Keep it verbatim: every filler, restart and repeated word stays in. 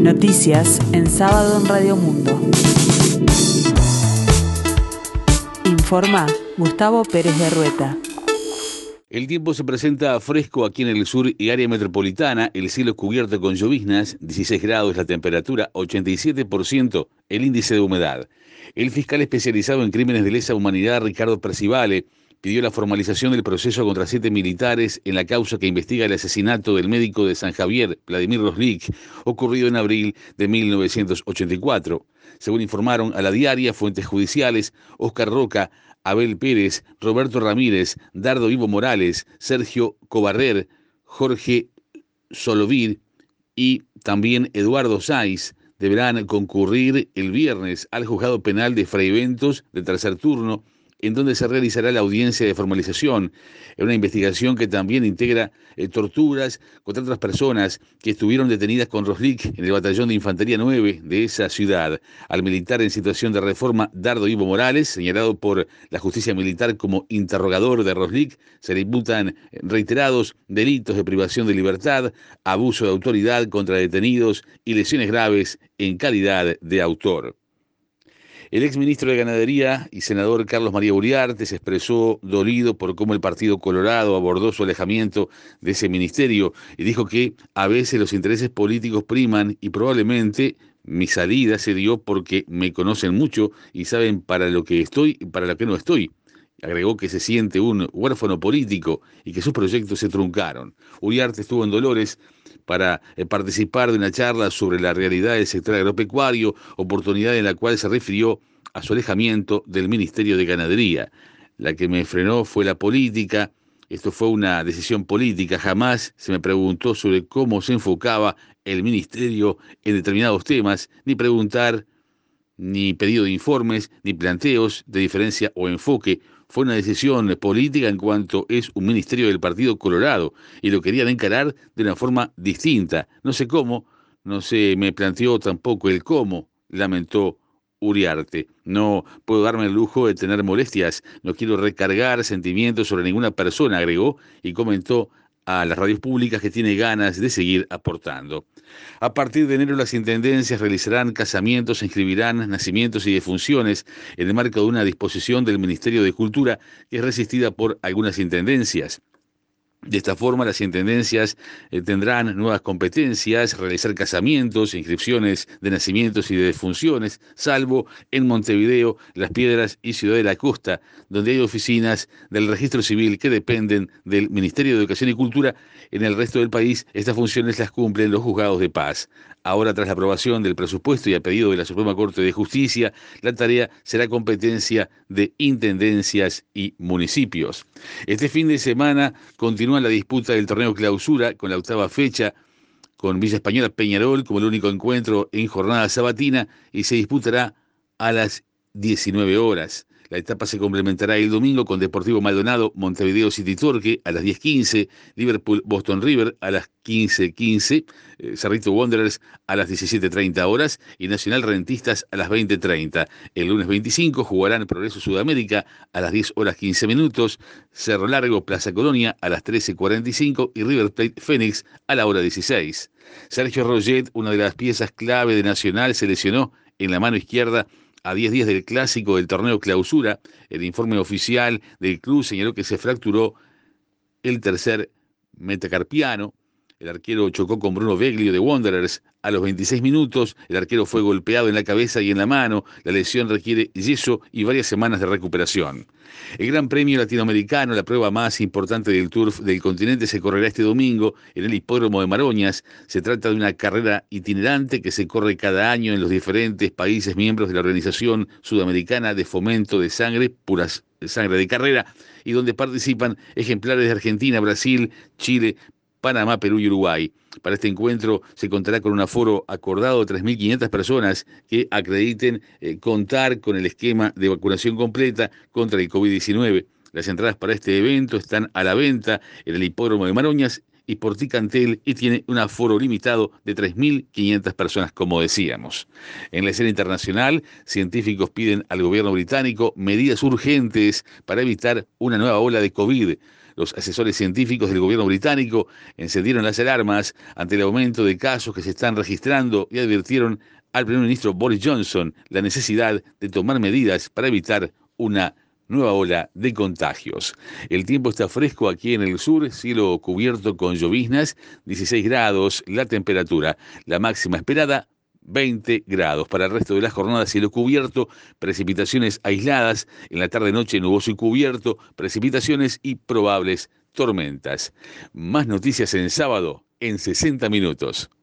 Noticias en sábado en Radio Mundo. Informa Gustavo Pérez de Rueta. El tiempo se presenta fresco aquí en el sur y área metropolitana, el cielo cubierto con lloviznas, dieciséis grados la temperatura, ochenta y siete por ciento el índice de humedad. El fiscal especializado en crímenes de lesa humanidad, Ricardo Percivale, pidió la formalización del proceso contra siete militares en la causa que investiga el asesinato del médico de San Javier, Vladimir Roslik, ocurrido en abril de mil novecientos ochenta y cuatro. Según informaron a La Diaria fuentes judiciales, Óscar Roca, Abel Pérez, Roberto Ramírez, Dardo Ivo Morales, Sergio Cobarrer, Jorge Solovir y también Eduardo Sáiz deberán concurrir el viernes al juzgado penal de Fray Bentos de tercer turno, en donde se realizará la audiencia de formalización, en una investigación que también integra eh, torturas contra otras personas que estuvieron detenidas con Roslik en el batallón de Infantería nueve de esa ciudad. Al militar en situación de reforma Dardo Ivo Morales, señalado por la justicia militar como interrogador de Roslik, se le imputan reiterados delitos de privación de libertad, abuso de autoridad contra detenidos y lesiones graves en calidad de autor. El exministro de Ganadería y senador Carlos María Uriarte se expresó dolido por cómo el Partido Colorado abordó su alejamiento de ese ministerio y dijo que a veces los intereses políticos priman y probablemente mi salida se dio porque me conocen mucho y saben para lo que estoy y para lo que no estoy. Agregó que se siente un huérfano político y que sus proyectos se truncaron. Uriarte estuvo en Dolores para eh, participar de una charla sobre la realidad del sector agropecuario, oportunidad en la cual se refirió a su alejamiento del Ministerio de Ganadería. La que me frenó fue la política. Esto fue una decisión política. Jamás se me preguntó sobre cómo se enfocaba el ministerio en determinados temas, ni preguntar, ni pedido de informes, ni planteos de diferencia o enfoque. Fue una decisión política en cuanto es un ministerio del Partido Colorado y lo querían encarar de una forma distinta. No sé cómo, no se me planteó tampoco el cómo, lamentó Uriarte. No puedo darme el lujo de tener molestias, no quiero recargar sentimientos sobre ninguna persona, agregó y comentó a las radios públicas que tiene ganas de seguir aportando. A partir de enero las intendencias realizarán casamientos, inscribirán nacimientos y defunciones en el marco de una disposición del Ministerio de Cultura que es resistida por algunas intendencias. De esta forma, las intendencias eh, tendrán nuevas competencias, realizar casamientos, inscripciones de nacimientos y de defunciones, salvo en Montevideo, Las Piedras y Ciudad de la Costa, donde hay oficinas del registro civil que dependen del Ministerio de Educación y Cultura. En el resto del país, estas funciones las cumplen los juzgados de paz. Ahora, tras la aprobación del presupuesto y a pedido de la Suprema Corte de Justicia, la tarea será competencia de intendencias y municipios. Este fin de semana continúa la disputa del torneo clausura con la octava fecha, con Villa Española Peñarol como el único encuentro en jornada sabatina y se disputará a las diecinueve horas. La etapa se complementará el domingo con Deportivo Maldonado, Montevideo City Torque a las diez quince, Liverpool Boston River a las quince quince, eh, Cerrito Wanderers a las diecisiete treinta horas y Nacional Rentistas a las veinte treinta. El lunes veinticinco jugarán Progreso Sudamérica a las diez horas quince minutos, Cerro Largo Plaza Colonia a las trece cuarenta y cinco y River Plate Fénix a la hora dieciséis. Sergio Roget, una de las piezas clave de Nacional, se lesionó en la mano izquierda a diez días del clásico del torneo clausura. El informe oficial del club señaló que se fracturó el tercer metacarpiano. El arquero chocó con Bruno Veglio de Wanderers a los veintiséis minutos. El arquero fue golpeado en la cabeza y en la mano. La lesión requiere yeso y varias semanas de recuperación. El Gran Premio Latinoamericano, la prueba más importante del Turf del continente, se correrá este domingo en el Hipódromo de Maroñas. Se trata de una carrera itinerante que se corre cada año en los diferentes países miembros de la Organización Sudamericana de Fomento de Sangre, pura sangre de carrera, y donde participan ejemplares de Argentina, Brasil, Chile, Panamá, Perú y Uruguay. Para este encuentro se contará con un aforo acordado de tres mil quinientas personas que acrediten eh, contar con el esquema de vacunación completa contra el COVID diecinueve. Las entradas para este evento están a la venta en el Hipódromo de Maroñas y por Ticantel y tiene un aforo limitado de tres mil quinientas personas, como decíamos. En la escena internacional, científicos piden al gobierno británico medidas urgentes para evitar una nueva ola de COVID. Los asesores científicos del gobierno británico encendieron las alarmas ante el aumento de casos que se están registrando y advirtieron al primer ministro Boris Johnson la necesidad de tomar medidas para evitar una nueva ola de contagios. El tiempo está fresco aquí en el sur, cielo cubierto con lloviznas, dieciséis grados la temperatura, la máxima esperada veinte grados. Para el resto de la jornada, cielo cubierto, precipitaciones aisladas, en la tarde-noche nuboso y cubierto, precipitaciones y probables tormentas. Más noticias en sábado en sesenta minutos.